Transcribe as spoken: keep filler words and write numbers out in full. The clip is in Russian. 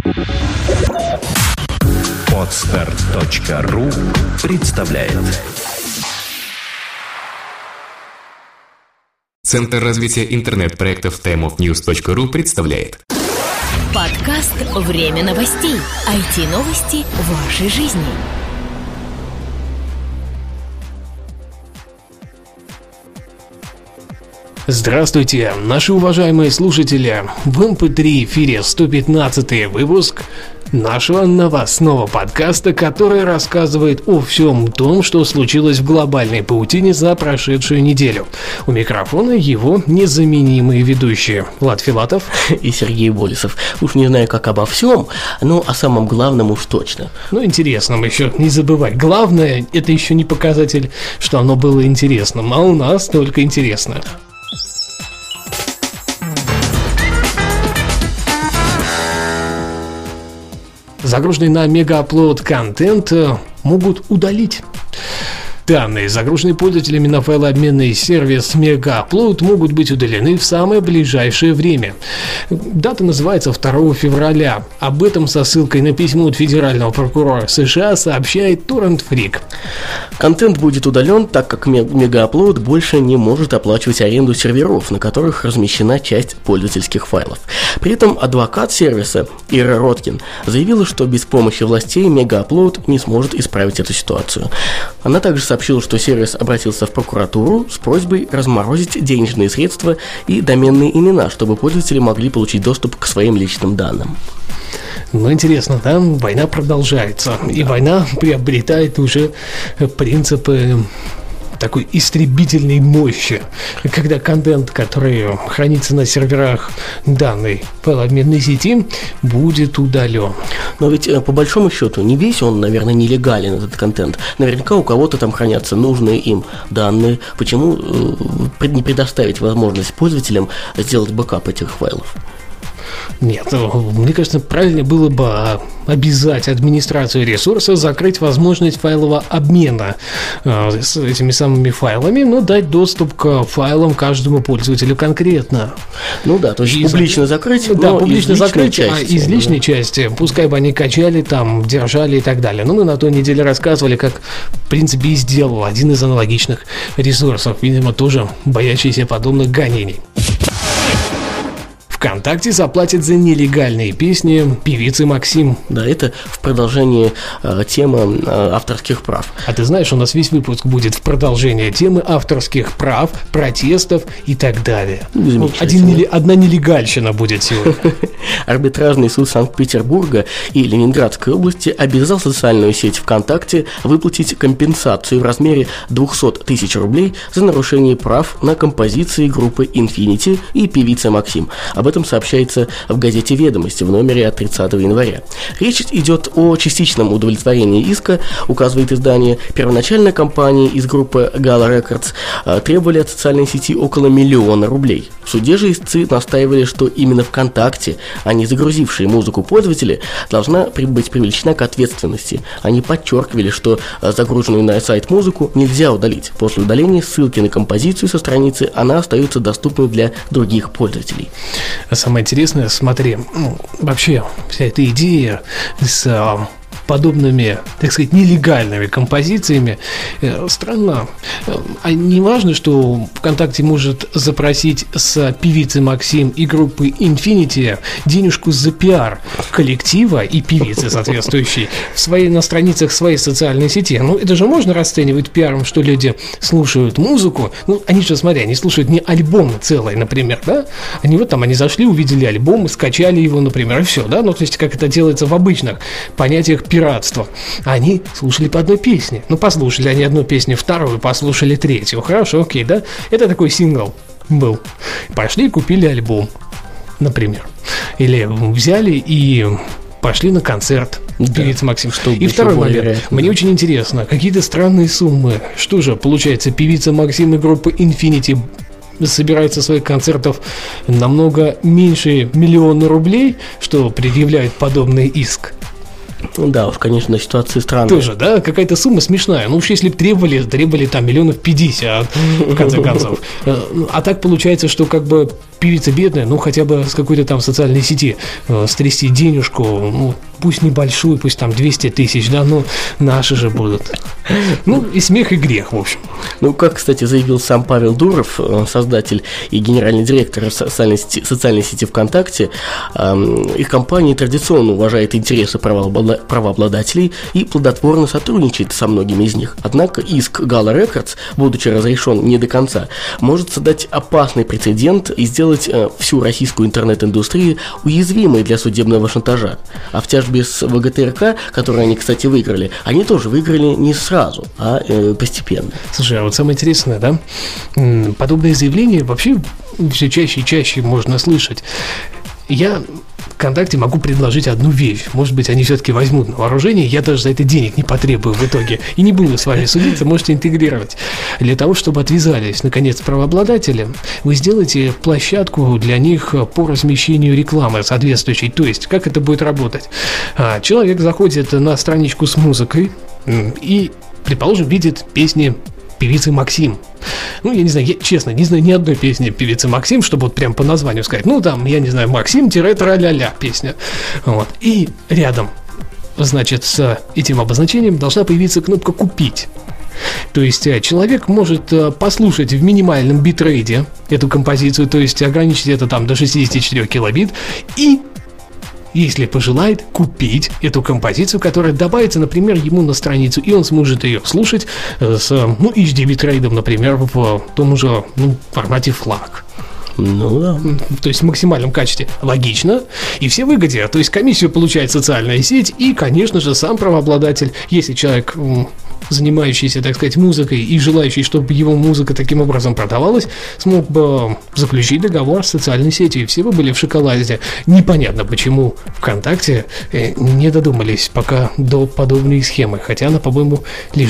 Подстар точка ру представляет. Центр развития интернет-проектов таймофньюз точка ру представляет подкаст «Время новостей». ай ти-новости вашей жизни. Здравствуйте, наши уважаемые слушатели! В эм пэ три эфире сто пятнадцатый выпуск нашего новостного подкаста, который рассказывает о всем том, что случилось в глобальной паутине за прошедшую неделю. У микрофона его незаменимые ведущие Влад Филатов и Сергей Болесов. Уж не знаю, как обо всем, но о самом главном уж точно. Ну, интересном еще не забывай. Главное, это еще не показатель, что оно было интересным, а у нас только интересно. Загруженный на мегааплод контент могут удалить. Данные, загруженные пользователями на файлообменный сервис Мегааплод, могут быть удалены в самое ближайшее время. Дата называется второго февраля. Об этом со ссылкой на письмо от федерального прокурора США сообщает Torrent Freak. Контент будет удален, так как Мегааплод больше не может оплачивать аренду серверов, на которых размещена часть пользовательских файлов. При этом адвокат сервиса Ира Роткин заявила, что без помощи властей Мегааплод не сможет исправить эту ситуацию. Она также сообщила, сообщил, что сервис обратился в прокуратуру с просьбой разморозить денежные средства и доменные имена, чтобы пользователи могли получить доступ к своим личным данным. Ну, интересно, да, война продолжается, да. И война приобретает уже принципы такой истребительной мощи, когда контент, который хранится на серверах данной файлообменной сети, будет удален. Но ведь по большому счету не весь он, наверное, нелегален, этот контент. Наверняка у кого-то там хранятся нужные им данные. Почему не предоставить возможность пользователям сделать бэкап этих файлов? Нет, мне кажется, правильнее было бы обязать администрацию ресурса закрыть возможность файлового обмена э, с этими самыми файлами, но дать доступ к файлам каждому пользователю конкретно. Ну да, то есть и публично за... закрыть, да, но публично из закрыть, части, а из личной да. части, пускай бы они качали, там, держали и так далее. Но мы на той неделе рассказывали, как, в принципе, и сделал один из аналогичных ресурсов, видимо, тоже боящийся подобных гонений. ВКонтакте заплатит за нелегальные песни певицы Максим. Да, это в продолжении э, темы э, авторских прав. А ты знаешь, у нас весь выпуск будет в продолжении темы авторских прав, протестов и так далее. Ну, один, одна нелегальщина будет сегодня. Арбитражный суд Санкт-Петербурга и Ленинградской области обязал социальную сеть ВКонтакте выплатить компенсацию в размере двести тысяч рублей за нарушение прав на композиции группы Infinity и певицы Максим. Об Об этом сообщается в газете «Ведомости» в номере от тридцатого января. Речь идет о частичном удовлетворении иска, указывает издание. Первоначально компании из группы Gala Records требовали от социальной сети около миллиона рублей. В суде же истцы настаивали, что именно ВКонтакте, а не загрузившие музыку пользователи, должна быть привлечена к ответственности. Они подчеркивали, что загруженную на сайт музыку нельзя удалить. После удаления ссылки на композицию со страницы она остается доступной для других пользователей. Самое интересное, смотри, ну, вообще вся эта идея с а, подобными, так сказать, нелегальными композициями э, странна. А не важно, что ВКонтакте может запросить с певицы Максим и группы Infinity денежку за пиар коллектива и певицы соответствующей в своей, на страницах своей социальной сети. Ну, это же можно расценивать пиаром, что люди слушают музыку. Ну, они же, смотри, они слушают не альбом целый, например, да? Они вот там, они зашли, увидели альбом, скачали его, например, и все, да? Ну, то есть, как это делается в обычных понятиях пиратства. Они слушали по одной песне. Ну, послушали они одну песню, вторую, послушали третью. Хорошо, окей, да? Это такой сингл был. Пошли и купили альбом, например. Или взяли и пошли на концерт певицы Максим. Что и второй момент. Вероятно. Мне очень интересно, какие-то странные суммы. Что же, получается, певица Максим и группа Infinity собирают со своих концертов намного меньше миллиона рублей, что предъявляет подобный иск. Ну да, уж, конечно, ситуация странная. Тоже, да, какая-то сумма смешная. Ну уж если бы требовали, требовали там миллионов пятьдесят, в конце концов. А так получается, что как бы певица бедная, ну, хотя бы с какой-то там социальной сети э, стрясти денежку, ну, пусть небольшую, пусть там двести тысяч, да, но наши же будут. Ну, и смех, и грех, в общем. Ну, как, кстати, заявил сам Павел Дуров, создатель и генеральный директор социальной сети, социальной сети ВКонтакте, э, их компания традиционно уважает интересы правообладателей и плодотворно сотрудничает со многими из них. Однако иск Gala Records, будучи разрешен не до конца, может создать опасный прецедент и сделать э, всю российскую интернет-индустрию уязвимой для судебного шантажа. А в тяжбе с ВГТРК, которую они, кстати, выиграли, они тоже выиграли не сразу, а э, постепенно. Слушай, а вот самое интересное, да, подобные заявления вообще все чаще и чаще можно слышать. Я ВКонтакте могу предложить одну вещь. Может быть, они все-таки возьмут на вооружение, я даже за это денег не потребую в итоге. И не буду с вами судиться, можете интегрировать. Для того, чтобы отвязались, наконец, правообладатели, вы сделаете площадку для них по размещению рекламы соответствующей. То есть, как это будет работать? Человек заходит на страничку с музыкой и, предположим, видит песни певицы Максим. Ну, я не знаю, я, честно, не знаю ни одной песни певицы Максим, чтобы вот прям по названию сказать. Ну, там, я не знаю, Максим-тра-ля-ля песня. Вот. И рядом, значит, с этим обозначением должна появиться кнопка «Купить». То есть человек может послушать в минимальном битрейте эту композицию, то есть ограничить это там до шестьдесят четыре килобит, и, если пожелает, купить эту композицию, которая добавится, например, ему на страницу, и он сможет ее слушать с, ну, эйч ди битрейдом, например, в том же, ну, формате флаг. Ну да. То есть в максимальном качестве. Логично. И все выгоде. То есть комиссию получает социальная сеть и, конечно же, сам правообладатель. Если человек, занимающийся, так сказать, музыкой и желающий, чтобы его музыка таким образом продавалась, смог бы заключить договор с социальной сетью, и все бы были в шоколаде. Непонятно, почему ВКонтакте не додумались пока до подобной схемы, хотя она, по-моему, лежит